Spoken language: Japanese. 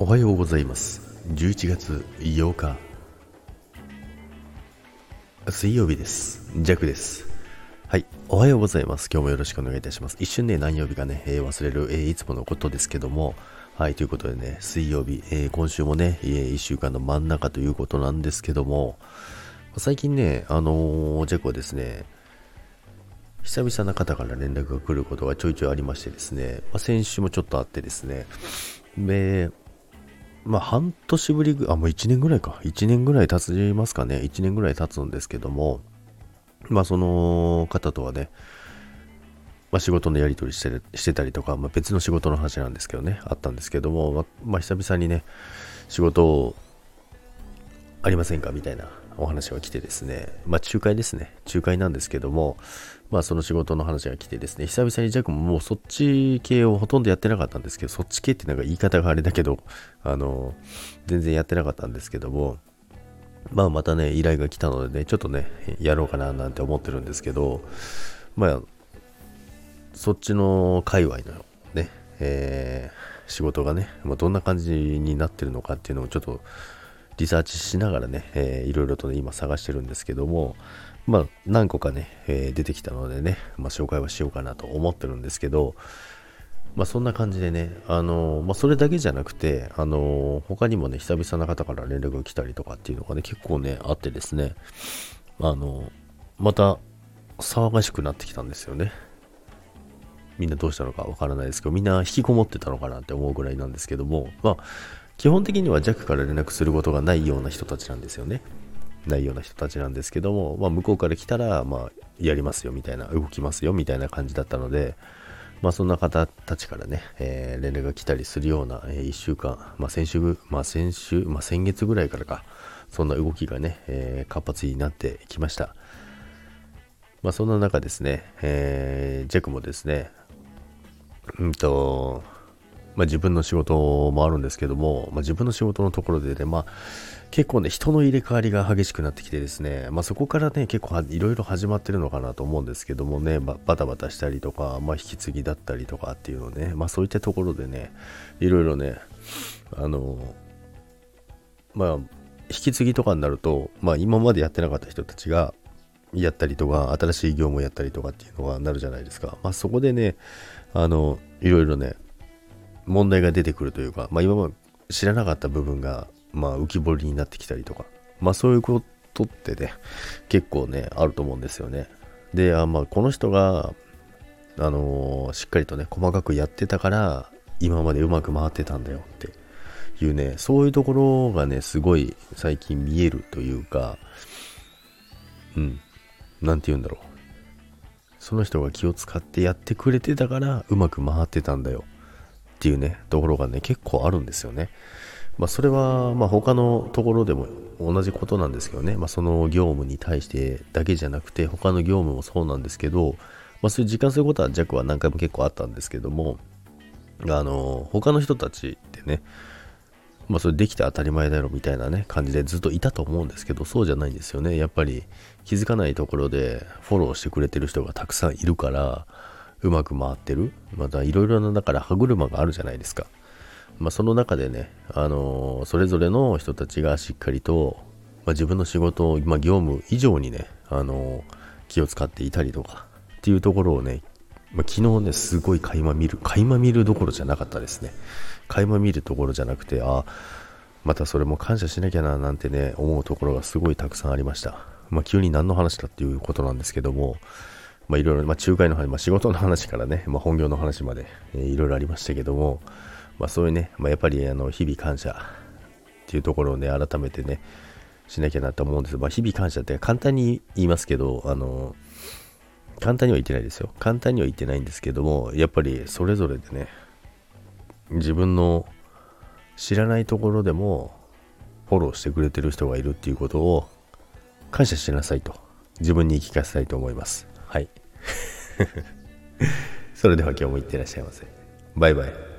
おはようございます。11月8日水曜日です。ジャックです。はい、おはようございます。今日もよろしくお願いいたします。一瞬ね、何曜日かね、忘れる、いつものことですけども、はい、ということでね、水曜日、今週もね、1週間の真ん中ということなんですけども、最近ね、ジャックはですね、久々な方から連絡が来ることがちょいちょいありましてですね、先週もちょっとあってですね、で、半年ぶりもう1年ぐらいか。1年ぐらい経ちますかね。1年ぐらい経つんですけども、その方とはね、仕事のやり取りしてたりとか、別の仕事の話なんですけどね、あったんですけども、久々にね、仕事ありませんかみたいなお話が来てですね、仲介ですね。仲介なんですけども、その仕事の話が来てですね、久々にジャックももうそっち系をほとんどやってなかったんですけど、そっち系ってなんか言い方があれだけど、全然やってなかったんですけども、またね、依頼が来たのでね、ちょっとね、やろうかななんて思ってるんですけど、そっちの界隈のね、仕事がね、どんな感じになってるのかっていうのをちょっとリサーチしながらね、いろいろとね、今探してるんですけども、何個かね、出てきたのでね、紹介はしようかなと思ってるんですけど、そんな感じでね、それだけじゃなくて、他にもね、久々な方から連絡が来たりとかっていうのがね、結構ね、あってですね、また騒がしくなってきたんですよね。みんなどうしたのかわからないですけど、みんな引きこもってたのかなって思うぐらいなんですけども、基本的には弱から連絡することがないような人たちなんですよね。ないような人たちなんですけども、向こうから来たら、やりますよみたいな、動きますよみたいな感じだったので、そんな方たちからね、連絡が来たりするような、1週間、先月ぐらいからか、そんな動きがね、活発になってきました。そんな中ですね、ジャックもですね、自分の仕事もあるんですけども、自分の仕事のところでね、結構ね、人の入れ替わりが激しくなってきてですね、そこからね、結構いろいろ始まってるのかなと思うんですけどもね、バタバタしたりとか、引き継ぎだったりとかっていうのね、そういったところでね、いろいろね、引き継ぎとかになると、今までやってなかった人たちが、やったりとか、新しい業務をやったりとかっていうのがなるじゃないですか。そこでね、いろいろね、問題が出てくるというか、今まで知らなかった部分が、浮き彫りになってきたりとか、そういうことってね、結構ね、あると思うんですよね。で、この人が、しっかりとね、細かくやってたから、今までうまく回ってたんだよっていうね、そういうところがね、すごい最近見えるというか、なんて言うんだろう。その人が気を使ってやってくれてたからうまく回ってたんだよっていうね、ところがね、結構あるんですよね。それは、他のところでも同じことなんですけどね、その業務に対してだけじゃなくて、他の業務もそうなんですけど、そういう時間することは弱は何回も結構あったんですけども、他の人たちってね、それできて当たり前だろみたいなね感じでずっといたと思うんですけど、そうじゃないんですよね。やっぱり気づかないところでフォローしてくれてる人がたくさんいるからうまく回ってる。またいろいろな、だから歯車があるじゃないですか。その中でね、それぞれの人たちがしっかりと、自分の仕事を、業務以上にね、気を使っていたりとかっていうところをね、昨日ね、すごい垣間見るどころじゃなかったですね。垣間見るところじゃなくて、またそれも感謝しなきゃななんてね、思うところがすごいたくさんありました。急に何の話だっていうことなんですけども、いろいろ、仲介の話、仕事の話からね、本業の話まで、いろいろありましたけども、そういうね、やっぱり日々感謝っていうところをね、改めてね、しなきゃなと思うんです。日々感謝って簡単に言いますけど、簡単には言ってないですよ。簡単には言ってないんですけども、やっぱりそれぞれでね、自分の知らないところでもフォローしてくれてる人がいるっていうことを感謝しなさいと自分に言い聞かせたいと思います。はい。それでは今日もいってらっしゃいませ。バイバイ。